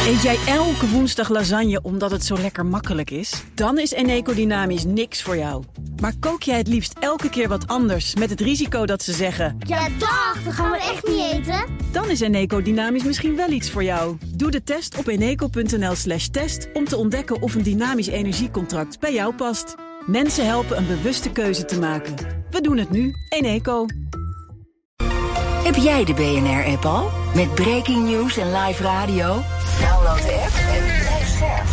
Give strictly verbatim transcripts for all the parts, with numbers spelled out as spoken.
Eet jij elke woensdag lasagne omdat het zo lekker makkelijk is? Dan is Eneco Dynamisch niks voor jou. Maar kook jij het liefst elke keer wat anders met het risico dat ze zeggen... Ja, dag, dat gaan we echt niet eten. Dan is Eneco Dynamisch misschien wel iets voor jou. Doe de test op eneco.nl slash test om te ontdekken of een dynamisch energiecontract bij jou past. Mensen helpen een bewuste keuze te maken. We doen het nu. Eneco. Heb jij de B N R-app al? Met breaking news en live radio? Download de app en blijf scherp.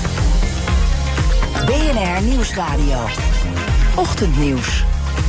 B N R Nieuwsradio. Ochtendnieuws.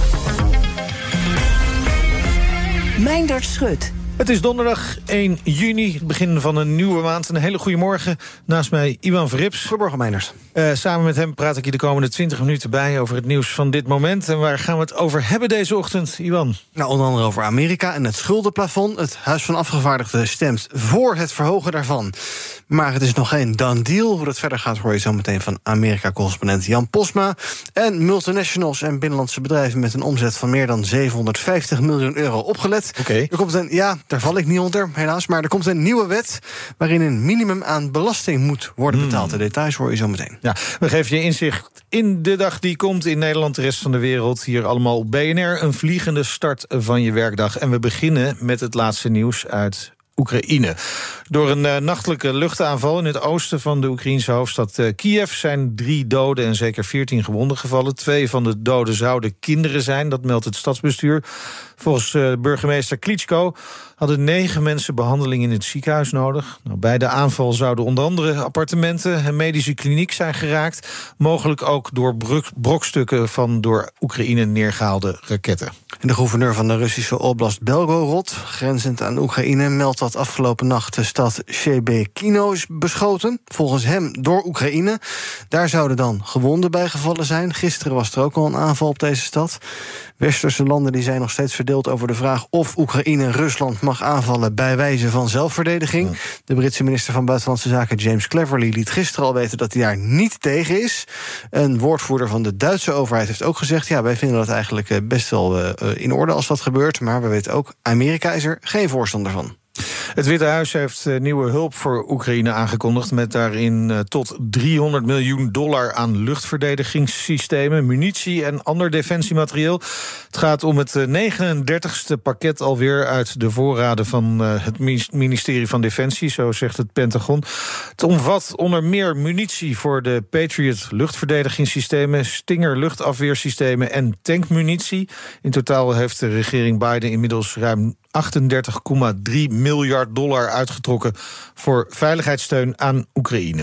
Meindert Schut. Het is donderdag één juni, het begin van een nieuwe maand. Een hele goede morgen. Naast mij Iwan Verrips. Goedemorgen, Meindert. Uh, samen met hem praat ik je de komende twintig minuten bij over het nieuws van dit moment. En waar gaan we het over hebben deze ochtend, Iwan? Nou, onder andere over Amerika en het schuldenplafond. Het Huis van Afgevaardigden stemt voor het verhogen daarvan. Maar het is nog geen done deal. Hoe dat verder gaat hoor je zo meteen van Amerika-correspondent Jan Posma. En multinationals en binnenlandse bedrijven met een omzet van meer dan zevenhonderdvijftig miljoen euro opgelet. Okay. Er komt een, ja, daar val ik niet onder, helaas. Maar er komt een nieuwe wet waarin een minimum aan belasting moet worden betaald. Hmm. De details hoor je zo meteen. Ja, we geven je inzicht in de dag die komt in Nederland, de rest van de wereld. Hier allemaal op B N R, een vliegende start van je werkdag. En we beginnen met het laatste nieuws uit Oekraïne. Door een uh, nachtelijke luchtaanval in het oosten van de Oekraïense hoofdstad uh, Kiev zijn drie doden en zeker veertien gewonden gevallen. Twee van de doden zouden kinderen zijn, dat meldt het stadsbestuur. Volgens uh, burgemeester Klitschko hadden negen mensen behandeling in het ziekenhuis nodig. Nou, bij de aanval zouden onder andere appartementen en medische kliniek zijn geraakt. Mogelijk ook door brok- brokstukken van door Oekraïne neergehaalde raketten. En de gouverneur van de Russische oblast Belgorod, grenzend aan Oekraïne, meldt dat afgelopen nacht de stad Shebekino is beschoten. Volgens hem door Oekraïne. Daar zouden dan gewonden bij gevallen zijn. Gisteren was er ook al een aanval op deze stad. Westerse landen die zijn nog steeds verdeeld over de vraag of Oekraïne Rusland mag aanvallen bij wijze van zelfverdediging. Ja. De Britse minister van Buitenlandse Zaken James Cleverly liet gisteren al weten dat hij daar niet tegen is. Een woordvoerder van de Duitse overheid heeft ook gezegd, ja, wij vinden dat eigenlijk best wel uh, in orde als dat gebeurt, maar we weten ook, Amerika is er geen voorstander van. Het Witte Huis heeft uh, nieuwe hulp voor Oekraïne aangekondigd, met daarin uh, tot driehonderd miljoen dollar aan luchtverdedigingssystemen, munitie en ander defensiematerieel. Het gaat om het uh, negenendertigste pakket alweer uit de voorraden van uh, het ministerie van Defensie, zo zegt het Pentagon. Het omvat onder meer munitie voor de Patriot luchtverdedigingssystemen, Stinger luchtafweersystemen en tankmunitie. In totaal heeft de regering Biden inmiddels ruim achtendertig komma drie miljard dollar uitgetrokken voor veiligheidssteun aan Oekraïne.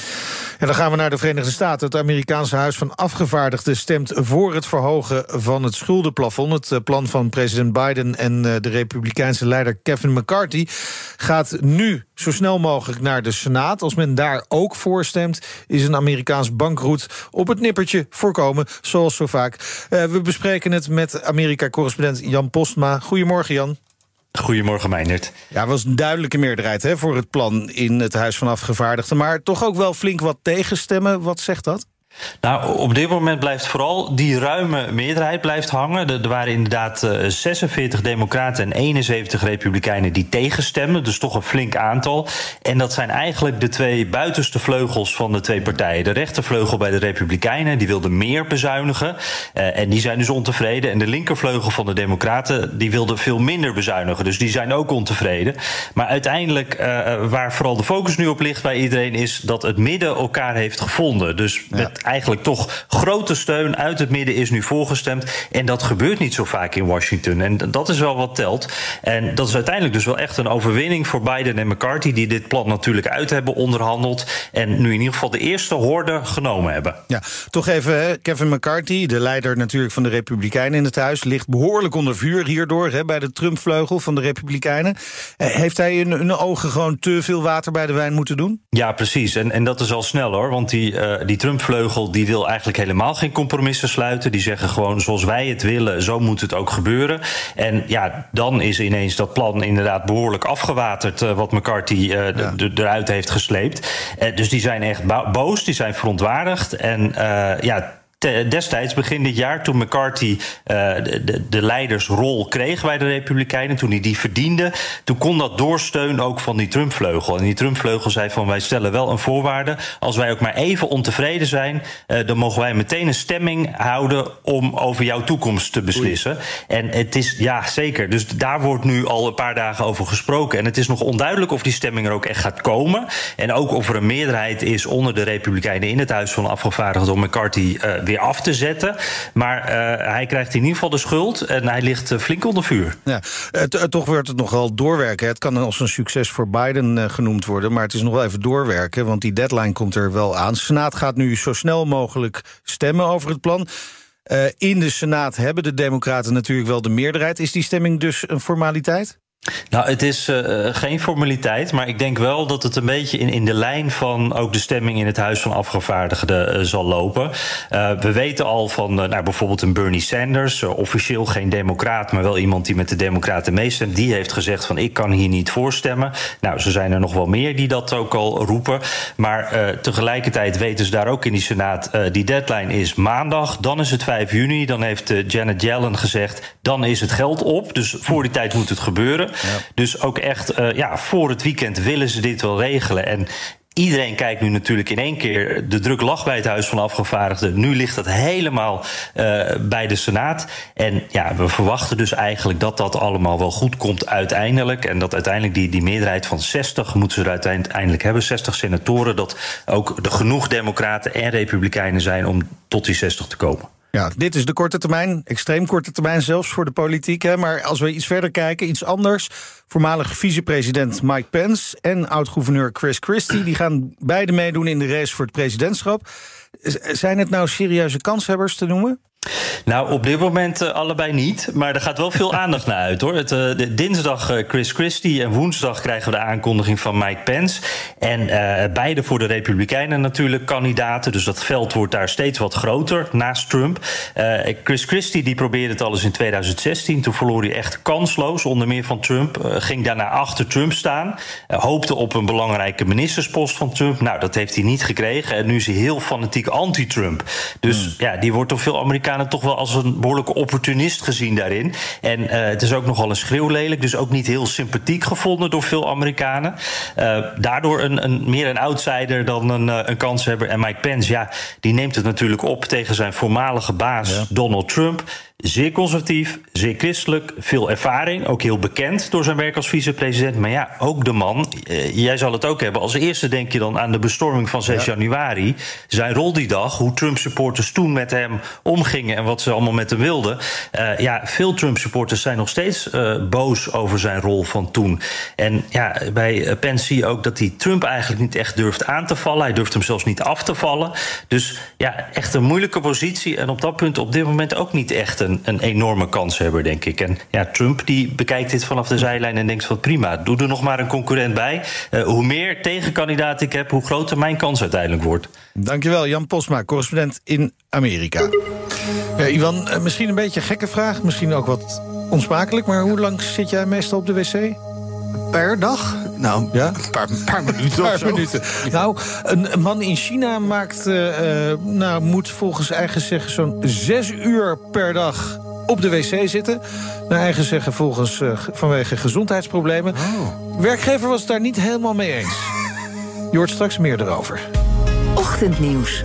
En dan gaan we naar de Verenigde Staten. Het Amerikaanse Huis van Afgevaardigden stemt voor het verhogen van het schuldenplafond. Het plan van president Biden en de Republikeinse leider Kevin McCarthy gaat nu zo snel mogelijk naar de Senaat. Als men daar ook voor stemt, is een Amerikaans bankroet op het nippertje voorkomen, zoals zo vaak. Uh, we bespreken het met Amerika-correspondent Jan Posma. Goedemorgen, Jan. Goedemorgen, Meindert. Ja, er was een duidelijke meerderheid hè, voor het plan in het Huis van Afgevaardigden, maar toch ook wel flink wat tegenstemmen. Wat zegt dat? Nou, op dit moment blijft vooral die ruime meerderheid blijft hangen. Er waren inderdaad uh, zesenveertig democraten en eenenzeventig republikeinen die tegenstemmen. Dus toch een flink aantal. En dat zijn eigenlijk de twee buitenste vleugels van de twee partijen. De rechtervleugel bij de republikeinen, die wilde meer bezuinigen. Uh, en die zijn dus ontevreden. En de linkervleugel van de democraten, die wilde veel minder bezuinigen. Dus die zijn ook ontevreden. Maar uiteindelijk, uh, waar vooral de focus nu op ligt bij iedereen, is dat het midden elkaar heeft gevonden. Dus met ja. eigenlijk toch grote steun uit het midden is nu voorgestemd. En dat gebeurt niet zo vaak in Washington. En dat is wel wat telt. En dat is uiteindelijk dus wel echt een overwinning voor Biden en McCarthy, die dit plan natuurlijk uit hebben onderhandeld. En nu in ieder geval de eerste horde genomen hebben. Ja, toch even, hè, Kevin McCarthy, de leider natuurlijk van de Republikeinen in het huis, ligt behoorlijk onder vuur hierdoor, hè, bij de Trump-vleugel van de Republikeinen. Heeft hij in hun ogen gewoon te veel water bij de wijn moeten doen? Ja, precies. En, en dat is al snel hoor. Want die, uh, die Trump-vleugel die wil eigenlijk helemaal geen compromissen sluiten. Die zeggen gewoon zoals wij het willen, zo moet het ook gebeuren. En ja, dan is ineens dat plan inderdaad behoorlijk afgewaterd, uh, wat McCarthy uh, ja. d- d- eruit heeft gesleept. Uh, dus die zijn echt bo- boos, die zijn verontwaardigd. En uh, ja, destijds, begin dit jaar, toen McCarthy uh, de, de, de leidersrol kreeg bij de Republikeinen, toen hij die verdiende, toen kon dat door steun ook van die Trump-vleugel. En die Trump-vleugel zei van, wij stellen wel een voorwaarde. Als wij ook maar even ontevreden zijn, uh, dan mogen wij meteen een stemming houden om over jouw toekomst te beslissen. Oei. En het is, ja, zeker. Dus daar wordt nu al een paar dagen over gesproken. En het is nog onduidelijk of die stemming er ook echt gaat komen. En ook of er een meerderheid is onder de Republikeinen in het Huis van Afgevaardigden om McCarthy uh, weer af te zetten. Maar uh, hij krijgt in ieder geval de schuld en hij ligt uh, flink onder vuur. Ja, uh, toch wordt het nogal doorwerken. Het kan als een succes voor Biden uh, genoemd worden, maar het is nog wel even doorwerken, want die deadline komt er wel aan. De Senaat gaat nu zo snel mogelijk stemmen over het plan. Uh, in de Senaat hebben de Democraten natuurlijk wel de meerderheid. Is die stemming dus een formaliteit? Nou, het is uh, geen formaliteit, maar ik denk wel dat het een beetje in, in de lijn van ook de stemming in het Huis van Afgevaardigden uh, zal lopen. Uh, we weten al van uh, nou, bijvoorbeeld een Bernie Sanders, uh, officieel geen democraat, maar wel iemand die met de Democraten meestemt, die heeft gezegd van ik kan hier niet voor stemmen. Nou, zo zijn er nog wel meer die dat ook al roepen. Maar uh, tegelijkertijd weten ze daar ook in die Senaat, uh, die deadline is maandag, dan is het vijf juni, dan heeft uh, Janet Yellen gezegd, dan is het geld op. Dus voor die tijd moet het gebeuren. Ja. Dus ook echt, uh, ja, voor het weekend willen ze dit wel regelen. En iedereen kijkt nu natuurlijk in één keer. De druk lag bij het Huis van Afgevaardigden. Nu ligt dat helemaal uh, bij de Senaat. En ja, we verwachten dus eigenlijk dat dat allemaal wel goed komt uiteindelijk. En dat uiteindelijk die, die meerderheid van zestig moeten ze er uiteindelijk hebben. zestig senatoren, dat ook er genoeg democraten en republikeinen zijn om tot die zestig te komen. Ja, dit is de korte termijn, extreem korte termijn zelfs voor de politiek. Hè. Maar als we iets verder kijken, iets anders. Voormalig vicepresident Mike Pence en oud-gouverneur Chris Christie, die gaan beide meedoen in de race voor het presidentschap. Zijn het nou serieuze kanshebbers te noemen? Nou, op dit moment uh, allebei niet. Maar er gaat wel veel aandacht naar uit, hoor. Het, uh, de, dinsdag uh, Chris Christie en woensdag krijgen we de aankondiging van Mike Pence. En uh, beide voor de Republikeinen natuurlijk kandidaten. Dus dat veld wordt daar steeds wat groter naast Trump. Uh, Chris Christie die probeerde het al eens in tweeduizend zestien. Toen verloor hij echt kansloos, onder meer van Trump. Uh, ging daarna achter Trump staan. Uh, hoopte op een belangrijke ministerspost van Trump. Nou, dat heeft hij niet gekregen. En nu is hij heel fanatiek anti-Trump. Dus hmm. ja, die wordt door veel Amerikanen toch wel als een behoorlijke opportunist gezien daarin. En uh, het is ook nogal een schreeuwlelijk, dus ook niet heel sympathiek gevonden door veel Amerikanen. Uh, daardoor een, een, meer een outsider dan een, uh, een kanshebber. En Mike Pence, ja, die neemt het natuurlijk op tegen zijn voormalige baas ja. Donald Trump. Zeer conservatief, zeer christelijk, veel ervaring. Ook heel bekend door zijn werk als vicepresident. Maar ja, ook de man, uh, jij zal het ook hebben. Als eerste denk je dan aan de bestorming van zes ja. januari. Zijn rol die dag, hoe Trump-supporters toen met hem omgingen en wat ze allemaal met hem wilden. Uh, ja, veel Trump-supporters zijn nog steeds uh, boos over zijn rol van toen. En ja, bij Pence zie je ook dat hij Trump eigenlijk niet echt durft aan te vallen. Hij durft hem zelfs niet af te vallen. Dus ja, echt een moeilijke positie. En op dat punt op dit moment ook niet echt een Een, een enorme kanshebber, denk ik. En ja, Trump die bekijkt dit vanaf de zijlijn en denkt van prima, doe er nog maar een concurrent bij. Uh, hoe meer tegenkandidaten ik heb, hoe groter mijn kans uiteindelijk wordt. Dankjewel, Jan Posma, correspondent in Amerika. Ja, Ivan, misschien een beetje een gekke vraag, misschien ook wat onsmakelijk, maar hoe lang zit jij meestal op de wc? Per dag? Nou, ja? een paar, paar minuten een paar of zo. Minuten. Nou, een, een man in China maakt, uh, nou, moet volgens eigen zeggen zo'n zes uur per dag op de wc zitten. Naar eigen zeggen volgens uh, vanwege gezondheidsproblemen. Oh. Werkgever was het daar niet helemaal mee eens. Je hoort straks meer erover. Ochtendnieuws.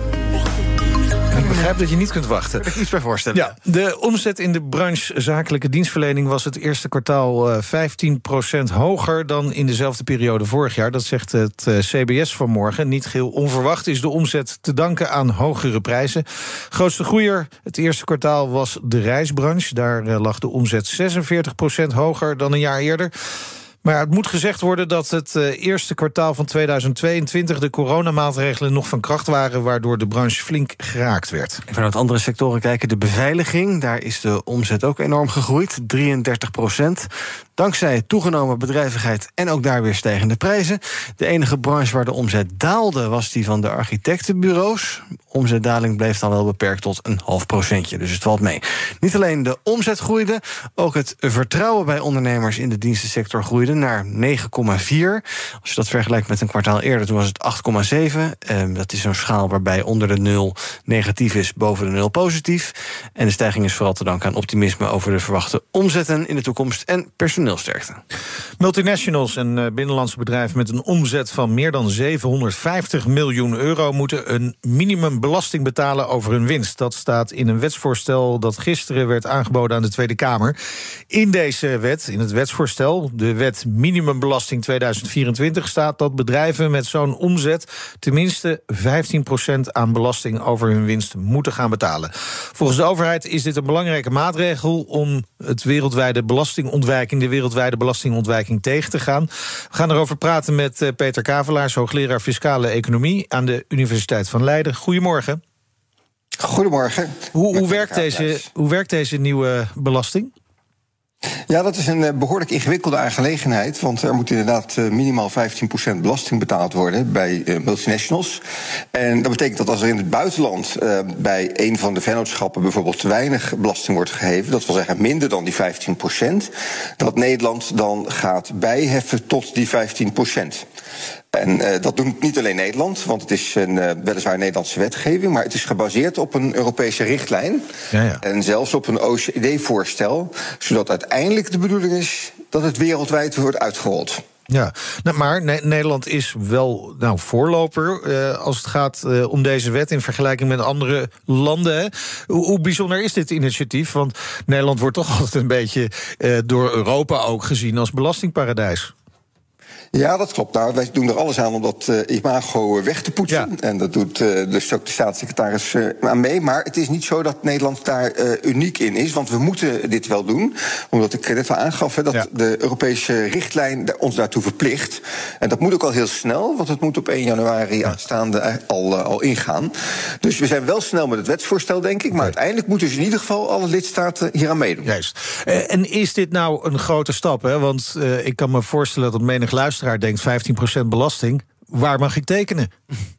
Ik begrijp dat je niet kunt wachten. Kan ik iets bij voorstellen. Ja, de omzet in de branche zakelijke dienstverlening was het eerste kwartaal uh, vijftien procent hoger dan in dezelfde periode vorig jaar. Dat zegt het uh, C B S vanmorgen. Niet geheel onverwacht is de omzet te danken aan hogere prijzen. Grootste groeier het eerste kwartaal was de reisbranche. Daar uh, lag de omzet zesenveertig procent hoger dan een jaar eerder. Maar het moet gezegd worden dat het uh, eerste kwartaal van tweeduizend tweeëntwintig... de coronamaatregelen nog van kracht waren, waardoor de branche flink geraakt werd. Even naar wat andere sectoren kijken. De beveiliging, daar is de omzet ook enorm gegroeid. drieëndertig procent. Dankzij toegenomen bedrijvigheid en ook daar weer stijgende prijzen. De enige branche waar de omzet daalde was die van de architectenbureaus. Omzetdaling bleef dan wel beperkt tot een half procentje, dus het valt mee. Niet alleen de omzet groeide, ook het vertrouwen bij ondernemers in de dienstensector groeide. stijgende naar negen komma vier. Als je dat vergelijkt met een kwartaal eerder, toen was het acht komma zeven. Um, dat is een schaal waarbij onder de nul negatief is, boven de nul positief. En de stijging is vooral te danken aan optimisme over de verwachte omzetten in de toekomst en personeelsterkte. Multinationals en binnenlandse bedrijven met een omzet van meer dan zevenhonderdvijftig miljoen euro moeten een minimumbelasting betalen over hun winst. Dat staat in een wetsvoorstel dat gisteren werd aangeboden aan de Tweede Kamer. In deze wet, in het wetsvoorstel, de wet minimumbelasting tweeduizend vierentwintig, staat dat bedrijven met zo'n omzet tenminste vijftien procent aan belasting over hun winst moeten gaan betalen. Volgens de overheid is dit een belangrijke maatregel om het wereldwijde belastingontwijking, de wereldwijde belastingontwijking tegen te gaan. We gaan erover praten met Peter Kavelaars, hoogleraar fiscale economie aan de Universiteit van Leiden. Goedemorgen. Goedemorgen. Hoe, hoe, werkt, deze, hoe werkt deze nieuwe belasting? Ja, dat is een behoorlijk ingewikkelde aangelegenheid. Want er moet inderdaad minimaal vijftien procent belasting betaald worden bij uh, multinationals. En dat betekent dat als er in het buitenland uh, bij een van de vennootschappen bijvoorbeeld te weinig belasting wordt gegeven, dat wil zeggen minder dan die vijftien procent, dat Nederland dan gaat bijheffen tot die vijftien procent. En uh, dat doet niet alleen Nederland, want het is een uh, weliswaar Nederlandse wetgeving, maar het is gebaseerd op een Europese richtlijn. Ja, ja. En zelfs op een O E C D-voorstel, zodat uiteindelijk de bedoeling is dat het wereldwijd wordt uitgerold. Ja, nou, maar ne- Nederland is wel nou, voorloper uh, als het gaat uh, om deze wet in vergelijking met andere landen. Hè. Hoe, hoe bijzonder is dit initiatief? Want Nederland wordt toch altijd een beetje uh, door Europa ook gezien als belastingparadijs. Ja, dat klopt. Nou, wij doen er alles aan om dat uh, imago weg te poetsen. Ja. En dat doet uh, dus ook de staatssecretaris uh, aan mee. Maar het is niet zo dat Nederland daar uh, uniek in is. Want we moeten dit wel doen. Omdat ik net al aangaf hè, dat ja. de Europese richtlijn ons daartoe verplicht. En dat moet ook al heel snel. Want het moet op één januari ja. aanstaande al, uh, al ingaan. Dus we zijn wel snel met het wetsvoorstel, denk ik. Maar ja. uiteindelijk moeten dus in ieder geval alle lidstaten hier aan meedoen. Juist. Uh, en is dit nou een grote stap? Hè? Want uh, ik kan me voorstellen dat menig luisteraar denkt vijftien procent belasting. Waar mag ik tekenen?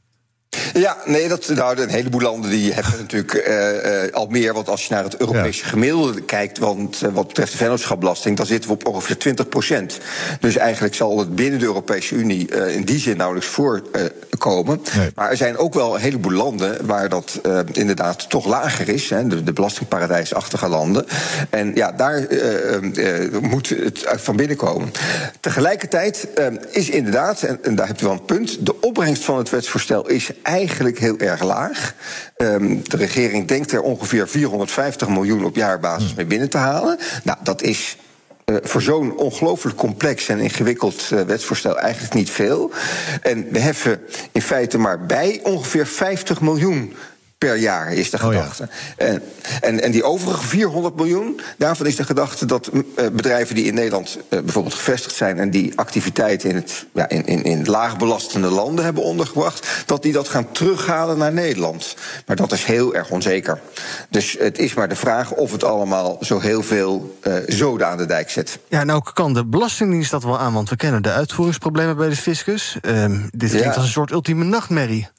Ja, nee, dat, nou, een heleboel landen die hebben natuurlijk uh, uh, al meer. Want als je naar het Europese ja. gemiddelde kijkt, want uh, wat betreft de vennootschapbelasting, dan zitten we op ongeveer twintig procent. Dus eigenlijk zal het binnen de Europese Unie uh, in die zin nauwelijks voorkomen. Uh, nee. Maar er zijn ook wel een heleboel landen waar dat uh, inderdaad toch lager is. Hè, de, de belastingparadijsachtige landen. En ja, daar uh, uh, moet het uit van binnen komen. Tegelijkertijd uh, is inderdaad, en, en daar hebt u wel een punt, de opbrengst van het wetsvoorstel is eigenlijk heel erg laag. Um, de regering denkt er ongeveer vierhonderdvijftig miljoen op jaarbasis mee binnen te halen. Nou, dat is uh, voor zo'n ongelooflijk complex en ingewikkeld uh, wetsvoorstel eigenlijk niet veel. En we heffen in feite maar bij ongeveer vijftig miljoen per jaar is de gedachte. Oh ja. en, en, en die overige vierhonderd miljoen, daarvan is de gedachte dat uh, bedrijven die in Nederland uh, bijvoorbeeld gevestigd zijn en die activiteiten in, het, ja, in, in, in laagbelastende landen hebben ondergebracht, dat die dat gaan terughalen naar Nederland. Maar dat is heel erg onzeker. Dus het is maar de vraag of het allemaal zo heel veel uh, zoden aan de dijk zet. Ja, nou kan de Belastingdienst dat wel aan, want we kennen de uitvoeringsproblemen bij de fiscus. Um, dit klinkt ja. als een soort ultieme nachtmerrie.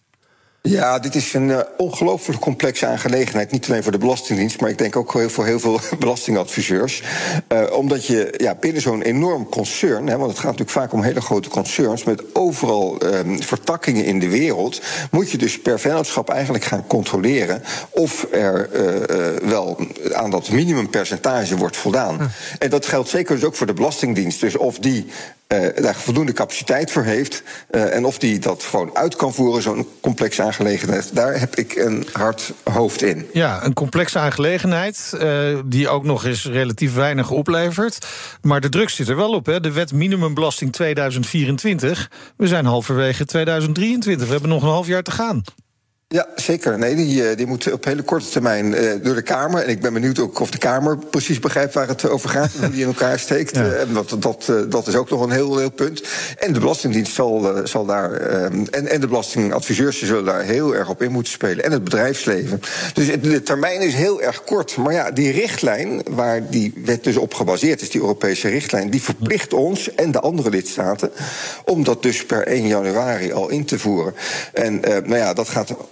Ja, dit is een uh, ongelooflijk complexe aangelegenheid. Niet alleen voor de Belastingdienst, maar ik denk ook voor heel veel belastingadviseurs. Uh, omdat je ja, binnen zo'n enorm concern, hè, want het gaat natuurlijk vaak om hele grote concerns met overal um, vertakkingen in de wereld, moet je dus per vennootschap eigenlijk gaan controleren of er uh, uh, wel aan dat minimumpercentage wordt voldaan. Hm. En dat geldt zeker dus ook voor de Belastingdienst. Dus of die Uh, daar voldoende capaciteit voor heeft. Uh, en of die dat gewoon uit kan voeren, zo'n complexe aangelegenheid. Daar heb ik een hard hoofd in. Ja, een complexe aangelegenheid uh, die ook nog eens relatief weinig oplevert. Maar de druk zit er wel op, hè? De wet minimumbelasting tweeduizend vierentwintig. We zijn halverwege tweeduizend drieëntwintig. We hebben nog een half jaar te gaan. Ja, zeker. Nee, die, die moet op hele korte termijn uh, door de Kamer. En ik ben benieuwd ook of de Kamer precies begrijpt waar het over gaat en hoe die in elkaar steekt. Ja. Uh, dat, dat, uh, dat is ook nog een heel, heel punt. En de Belastingdienst zal, uh, zal daar. Uh, en, en de belastingadviseurs zullen daar heel erg op in moeten spelen. En het bedrijfsleven. Dus het, de termijn is heel erg kort. Maar ja, die richtlijn, waar die wet dus op gebaseerd is, die Europese richtlijn, die verplicht ons en de andere lidstaten om dat dus per één januari al in te voeren. En uh, nou ja, dat gaat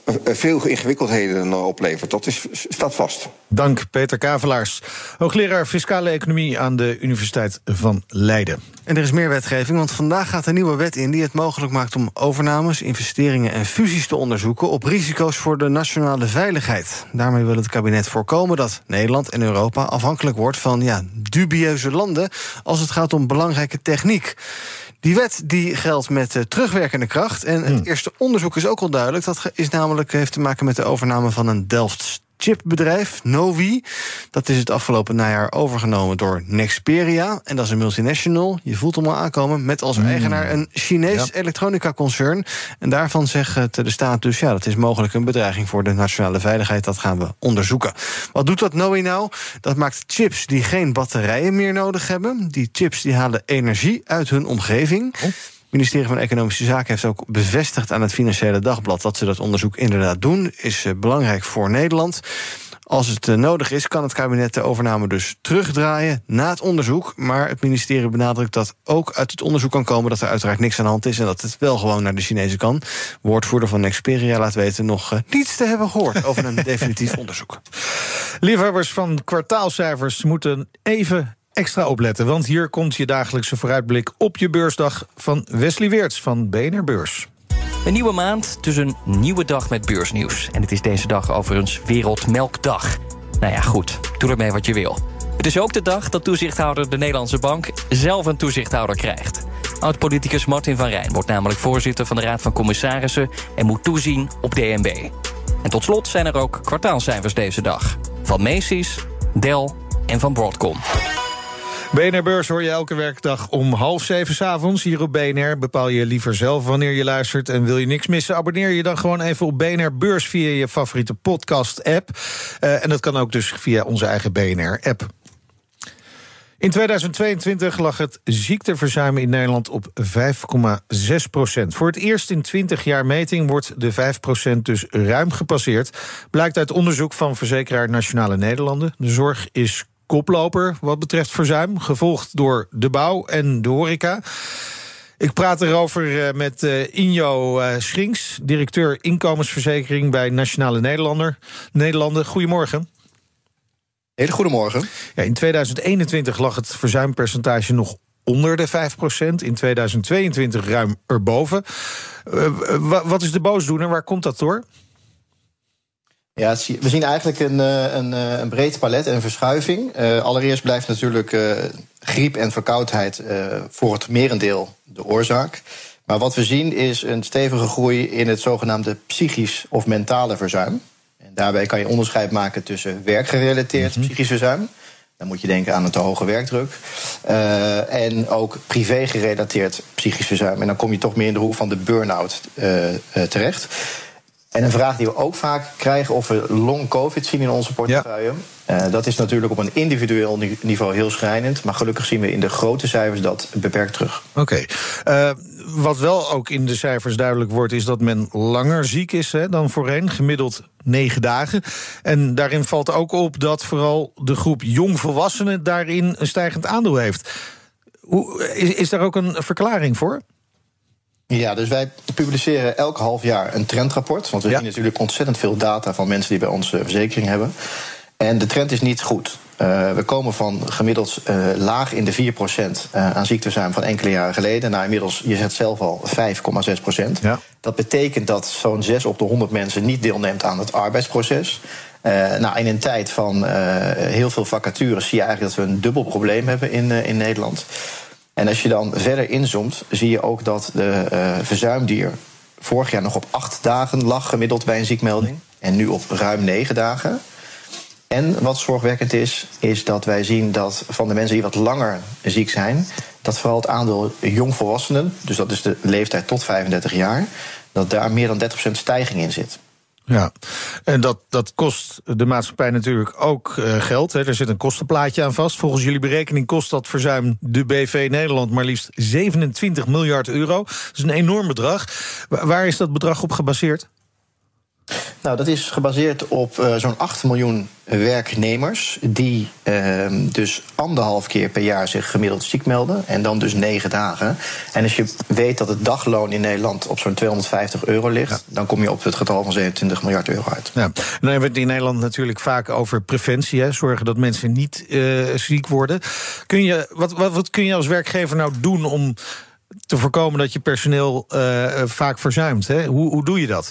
veel ingewikkeldheden oplevert. Dat is, staat vast. Dank, Peter Kavelaars, hoogleraar Fiscale Economie aan de Universiteit van Leiden. En er is meer wetgeving, want vandaag gaat een nieuwe wet in die het mogelijk maakt om overnames, investeringen en fusies te onderzoeken op risico's voor de nationale veiligheid. Daarmee wil het kabinet voorkomen dat Nederland en Europa afhankelijk wordt van ja, dubieuze landen als het gaat om belangrijke techniek. Die wet die geldt met uh, terugwerkende kracht. En het hmm. eerste onderzoek is ook al duidelijk. Dat is namelijk heeft te maken met de overname van een Delfts chipbedrijf, Novi. Dat is het afgelopen najaar overgenomen door Nexperia. En dat is een multinational, je voelt hem al aankomen, met als mm. eigenaar een Chinees ja. elektronica-concern. En daarvan zegt de staat dus, ja, dat is mogelijk een bedreiging voor de nationale veiligheid. Dat gaan we onderzoeken. Wat doet dat Novi nou? Dat maakt chips die geen batterijen meer nodig hebben. Die chips die halen energie uit hun omgeving. Oh. Het ministerie van Economische Zaken heeft ook bevestigd aan het Financiële Dagblad dat ze dat onderzoek inderdaad doen. Is uh, belangrijk voor Nederland. Als het uh, nodig is, kan het kabinet de overname dus terugdraaien na het onderzoek. Maar het ministerie benadrukt dat ook uit het onderzoek kan komen dat er uiteraard niks aan de hand is en dat het wel gewoon naar de Chinezen kan. Woordvoerder van Nexperia laat weten nog uh, niets te hebben gehoord over een definitief onderzoek. Liefhebbers van kwartaalcijfers moeten even extra opletten, want hier komt je dagelijkse vooruitblik op je beursdag van Wesley Weerts van B N R Beurs. Een nieuwe maand, dus een nieuwe dag met beursnieuws. En het is deze dag overigens Wereldmelkdag. Nou ja, goed, doe ermee wat je wil. Het is ook de dag dat toezichthouder de Nederlandse Bank zelf een toezichthouder krijgt. Oud-politicus Martin van Rijn wordt namelijk voorzitter van de Raad van Commissarissen en moet toezien op D N B. En tot slot zijn er ook kwartaalcijfers deze dag. Van Macy's, Dell en van Broadcom. B N R Beurs hoor je elke werkdag om half zeven 's avonds hier op B N R. Bepaal je liever zelf wanneer je luistert en wil je niks missen, abonneer je dan gewoon even op B N R Beurs via je favoriete podcast-app. Uh, en dat kan ook dus via onze eigen B N R-app. In tweeduizend tweeëntwintig lag het ziekteverzuim in Nederland op vijf komma zes procent. Voor het eerst in twintig jaar meting wordt de vijf procent dus ruim gepasseerd. Blijkt uit onderzoek van verzekeraar Nationale Nederlanden. De zorg is koploper wat betreft verzuim, gevolgd door de bouw en de horeca. Ik praat erover met uh, Injo uh, Schinks, directeur inkomensverzekering bij Nationale Nederlander. Nederlanden. Goedemorgen. Hele goedemorgen. Ja, in tweeduizend eenentwintig lag het verzuimpercentage nog onder de vijf procent. In tweeduizend tweeëntwintig ruim erboven. Uh, wat is de boosdoener? Waar komt dat door? Ja, we zien eigenlijk een, een, een breed palet en een verschuiving. Uh, allereerst blijft natuurlijk uh, griep en verkoudheid uh, voor het merendeel de oorzaak. Maar wat we zien is een stevige groei in het zogenaamde psychisch of mentale verzuim. En daarbij kan je onderscheid maken tussen werkgerelateerd mm-hmm. psychisch verzuim. Dan moet je denken aan een te hoge werkdruk. Uh, en ook privé-gerelateerd psychisch verzuim. En dan kom je toch meer in de hoek van de burn-out uh, uh, terecht. En een vraag die we ook vaak krijgen of we long-covid zien in onze portefeuille. Ja. Uh, dat is natuurlijk op een individueel niveau heel schrijnend. Maar gelukkig zien we in de grote cijfers dat beperkt terug. Oké. Okay. Uh, wat wel ook in de cijfers duidelijk wordt, is dat men langer ziek is hè, dan voorheen. Gemiddeld negen dagen. En daarin valt ook op dat vooral de groep jongvolwassenen daarin een stijgend aandeel heeft. Hoe, is, is daar ook een verklaring voor? Ja, dus wij publiceren elk half jaar een trendrapport. Want we ja. zien natuurlijk ontzettend veel data van mensen die bij ons uh, verzekering hebben. En de trend is niet goed. Uh, we komen van gemiddeld uh, laag in de vier procent uh, aan ziekteverzuim van enkele jaren geleden naar inmiddels, je zegt zelf al, vijf komma zes procent. Ja. Dat betekent dat zo'n zes op de honderd mensen niet deelneemt aan het arbeidsproces. Uh, nou, in een tijd van uh, heel veel vacatures zie je eigenlijk dat we een dubbel probleem hebben in, uh, in Nederland. En als je dan verder inzoomt, zie je ook dat de uh, verzuim die er vorig jaar nog op acht dagen lag gemiddeld bij een ziekmelding. En nu op ruim negen dagen. En wat zorgwekkend is, is dat wij zien dat van de mensen die wat langer ziek zijn, dat vooral het aandeel jongvolwassenen, dus dat is de leeftijd tot vijfendertig jaar, dat daar meer dan dertig procent stijging in zit. Ja, en dat, dat kost de maatschappij natuurlijk ook uh, geld. Hè. Er zit een kostenplaatje aan vast. Volgens jullie berekening kost dat verzuim de B V Nederland maar liefst zevenentwintig miljard euro. Dat is een enorm bedrag. Waar is dat bedrag op gebaseerd? Nou, dat is gebaseerd op uh, zo'n acht miljoen werknemers die uh, dus anderhalf keer per jaar zich gemiddeld ziek melden. En dan dus negen dagen. En als je weet dat het dagloon in Nederland op zo'n tweehonderdvijftig euro ligt, ja. dan kom je op het getal van zevenentwintig miljard euro uit. Ja. Dan hebben we het in Nederland natuurlijk vaak over preventie. Hè? Zorgen dat mensen niet uh, ziek worden. Kun je, wat, wat, wat kun je als werkgever nou doen om te voorkomen dat je personeel uh, vaak verzuimt? Hè? Hoe, hoe doe je dat?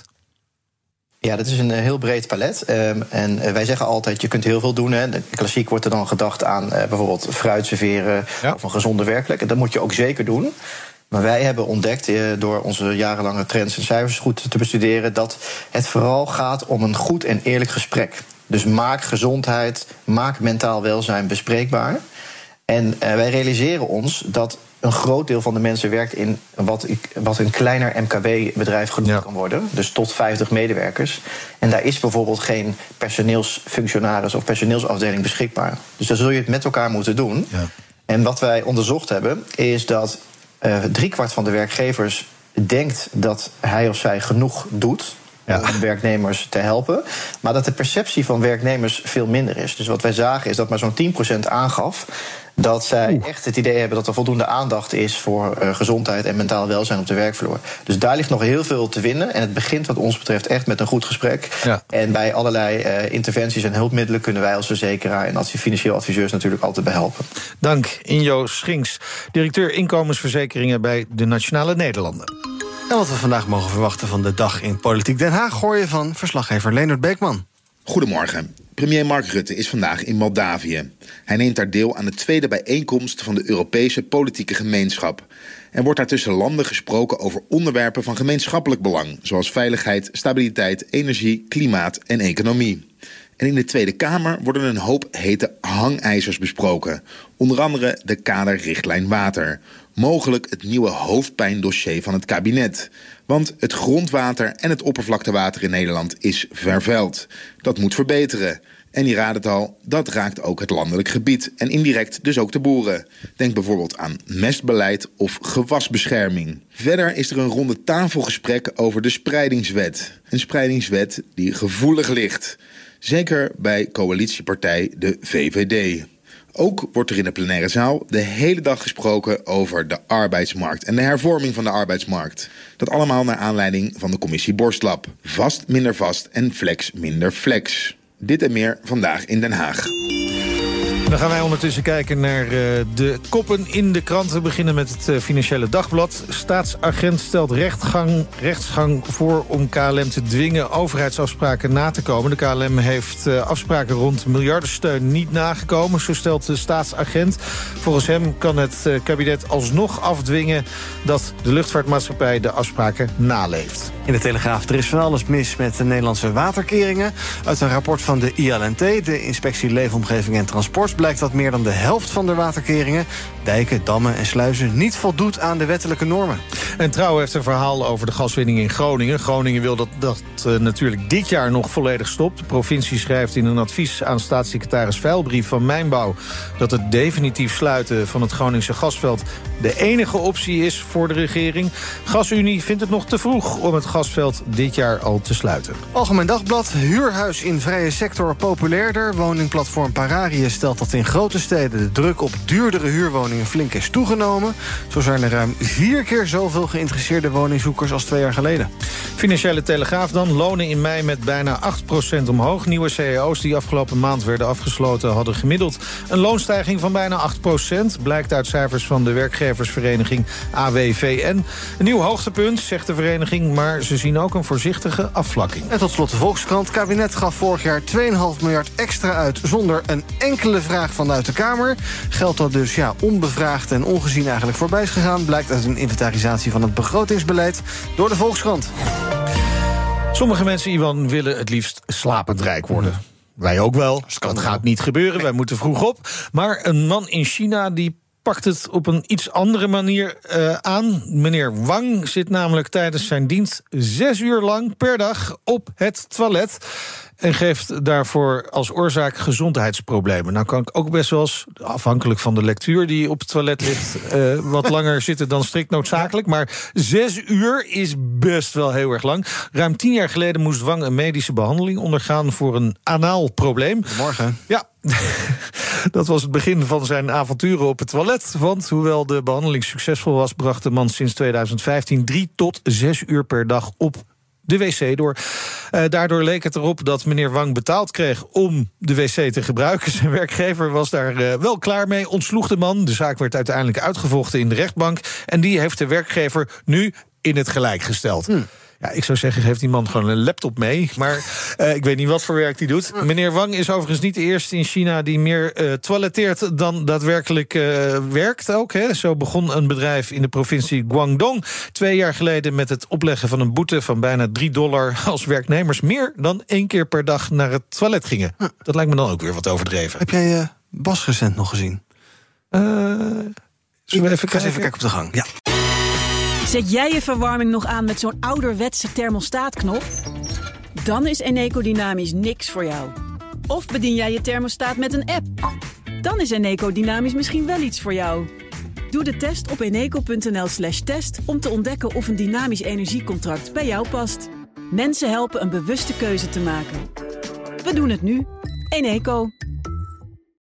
Ja, dat is een heel breed palet. Um, en uh, wij zeggen altijd, je kunt heel veel doen. Hè. Klassiek wordt er dan gedacht aan uh, bijvoorbeeld fruit serveren, ja. of een gezonde werkplek. En dat moet je ook zeker doen. Maar wij hebben ontdekt, uh, door onze jarenlange trends en cijfers goed te bestuderen, dat het vooral gaat om een goed en eerlijk gesprek. Dus maak gezondheid, maak mentaal welzijn bespreekbaar. En uh, wij realiseren ons dat een groot deel van de mensen werkt in wat, ik, wat een kleiner M K B-bedrijf genoemd ja. kan worden. Dus tot vijftig medewerkers. En daar is bijvoorbeeld geen personeelsfunctionaris of personeelsafdeling beschikbaar. Dus daar zul je het met elkaar moeten doen. Ja. En wat wij onderzocht hebben, is dat uh, driekwart van de werkgevers denkt dat hij of zij genoeg doet ja. om werknemers te helpen. Maar dat de perceptie van werknemers veel minder is. Dus wat wij zagen is dat maar zo'n tien procent aangaf dat zij Oeh. echt het idee hebben dat er voldoende aandacht is voor uh, gezondheid en mentaal welzijn op de werkvloer. Dus daar ligt nog heel veel te winnen. En het begint wat ons betreft echt met een goed gesprek. Ja. En bij allerlei uh, interventies en hulpmiddelen kunnen wij als verzekeraar en als financieel adviseurs natuurlijk altijd bij helpen. Dank, Injo Schinks, directeur inkomensverzekeringen bij de Nationale Nederlanden. En wat we vandaag mogen verwachten van de dag in Politiek Den Haag hoor je van verslaggever Leonard Beekman. Goedemorgen. Premier Mark Rutte is vandaag in Moldavië. Hij neemt daar deel aan de tweede bijeenkomst van de Europese politieke gemeenschap. Er wordt daar tussen landen gesproken over onderwerpen van gemeenschappelijk belang, zoals veiligheid, stabiliteit, energie, klimaat en economie. En in de Tweede Kamer worden een hoop hete hangijzers besproken. Onder andere de kaderrichtlijn water. Mogelijk het nieuwe hoofdpijndossier van het kabinet. Want het grondwater en het oppervlaktewater in Nederland is vervuild. Dat moet verbeteren. En je raadt het al, dat raakt ook het landelijk gebied. En indirect dus ook de boeren. Denk bijvoorbeeld aan mestbeleid of gewasbescherming. Verder is er een ronde tafelgesprek over de spreidingswet. Een spreidingswet die gevoelig ligt. Zeker bij coalitiepartij de V V D. Ook wordt er in de plenaire zaal de hele dag gesproken over de arbeidsmarkt en de hervorming van de arbeidsmarkt. Dat allemaal naar aanleiding van de commissie Borstlab. Vast minder vast en flex minder flex. Dit en meer vandaag in Den Haag. Dan gaan wij ondertussen kijken naar uh, de koppen in de kranten. We beginnen met het uh, Financiële Dagblad. Staatsagent stelt rechtsgang, rechtsgang voor om K L M te dwingen overheidsafspraken na te komen. De K L M heeft uh, afspraken rond miljardensteun niet nagekomen, zo stelt de staatsagent. Volgens hem kan het uh, kabinet alsnog afdwingen dat de luchtvaartmaatschappij de afspraken naleeft. In de Telegraaf, er is van alles mis met de Nederlandse waterkeringen. Uit een rapport van de I L N T, de Inspectie Leefomgeving en Transport, blijkt dat meer dan de helft van de waterkeringen, dijken, dammen en sluizen, niet voldoet aan de wettelijke normen. En Trouw heeft een verhaal over de gaswinning in Groningen. Groningen wil dat dat uh, natuurlijk dit jaar nog volledig stopt. De provincie schrijft in een advies aan staatssecretaris Veilbrief van Mijnbouw dat het definitief sluiten van het Groningse gasveld de enige optie is voor de regering. GasUnie vindt het nog te vroeg om het gasveld dit jaar al te sluiten. Algemeen Dagblad, huurhuis in vrije sector populairder. Woningplatform Pararius stelt dat in grote steden de druk op duurdere huurwoningen flink is toegenomen. Zo zijn er ruim vier keer zoveel geïnteresseerde woningzoekers als twee jaar geleden. Financiële Telegraaf dan. Lonen in mei met bijna acht procent omhoog. Nieuwe C E O's die afgelopen maand werden afgesloten hadden gemiddeld een loonstijging van bijna acht procent. Blijkt uit cijfers van de werkgeversvereniging A W V N. Een nieuw hoogtepunt, zegt de vereniging, maar ze zien ook een voorzichtige afvlakking. En tot slot de Volkskrant. Het kabinet gaf vorig jaar twee komma vijf miljard extra uit zonder een enkele vraag vanuit de Kamer. Geld dat dus ja, onbevraagd en ongezien eigenlijk voorbij is gegaan, blijkt uit een inventarisatie van het begrotingsbeleid door de Volkskrant. Sommige mensen, Iwan, willen het liefst slapend rijk worden. Wij ook wel. Dat gaat niet gebeuren, wij moeten vroeg op. Maar een man in China die pakt het op een iets andere manier uh, aan. Meneer Wang zit namelijk tijdens zijn dienst zes uur lang per dag op het toilet en geeft daarvoor als oorzaak gezondheidsproblemen. Nou kan ik ook best wel eens, afhankelijk van de lectuur die op het toilet ligt, uh, wat langer zitten dan strikt noodzakelijk. Maar zes uur is best wel heel erg lang. Ruim tien jaar geleden moest Wang een medische behandeling ondergaan voor een anaal probleem. Morgen. Ja, dat was het begin van zijn avonturen op het toilet. Want hoewel de behandeling succesvol was, bracht de man sinds tweeduizend vijftien drie tot zes uur per dag op de wc door. Uh, daardoor leek het erop dat meneer Wang betaald kreeg om de wc te gebruiken. Zijn werkgever was daar uh, wel klaar mee, ontsloeg de man. De zaak werd uiteindelijk uitgevochten in de rechtbank. En die heeft de werkgever nu in het gelijk gesteld. Hmm. Ja, ik zou zeggen, heeft die man gewoon een laptop mee. Maar uh, ik weet niet wat voor werk die doet. Meneer Wang is overigens niet de eerste in China die meer uh, toiletteert dan daadwerkelijk uh, werkt ook. Hè. Zo begon een bedrijf in de provincie Guangdong twee jaar geleden met het opleggen van een boete van bijna drie dollar als werknemers meer dan één keer per dag naar het toilet gingen. Huh. Dat lijkt me dan ook weer wat overdreven. Heb jij uh, Bas recent nog gezien? Uh, zullen we even, even kijken op de gang? Ja. Zet jij je verwarming nog aan met zo'n ouderwetse thermostaatknop? Dan is Eneco Dynamisch niks voor jou. Of bedien jij je thermostaat met een app? Dan is Eneco Dynamisch misschien wel iets voor jou. Doe de test op eneco.nl slash test om te ontdekken of een dynamisch energiecontract bij jou past. Mensen helpen een bewuste keuze te maken. We doen het nu. Eneco.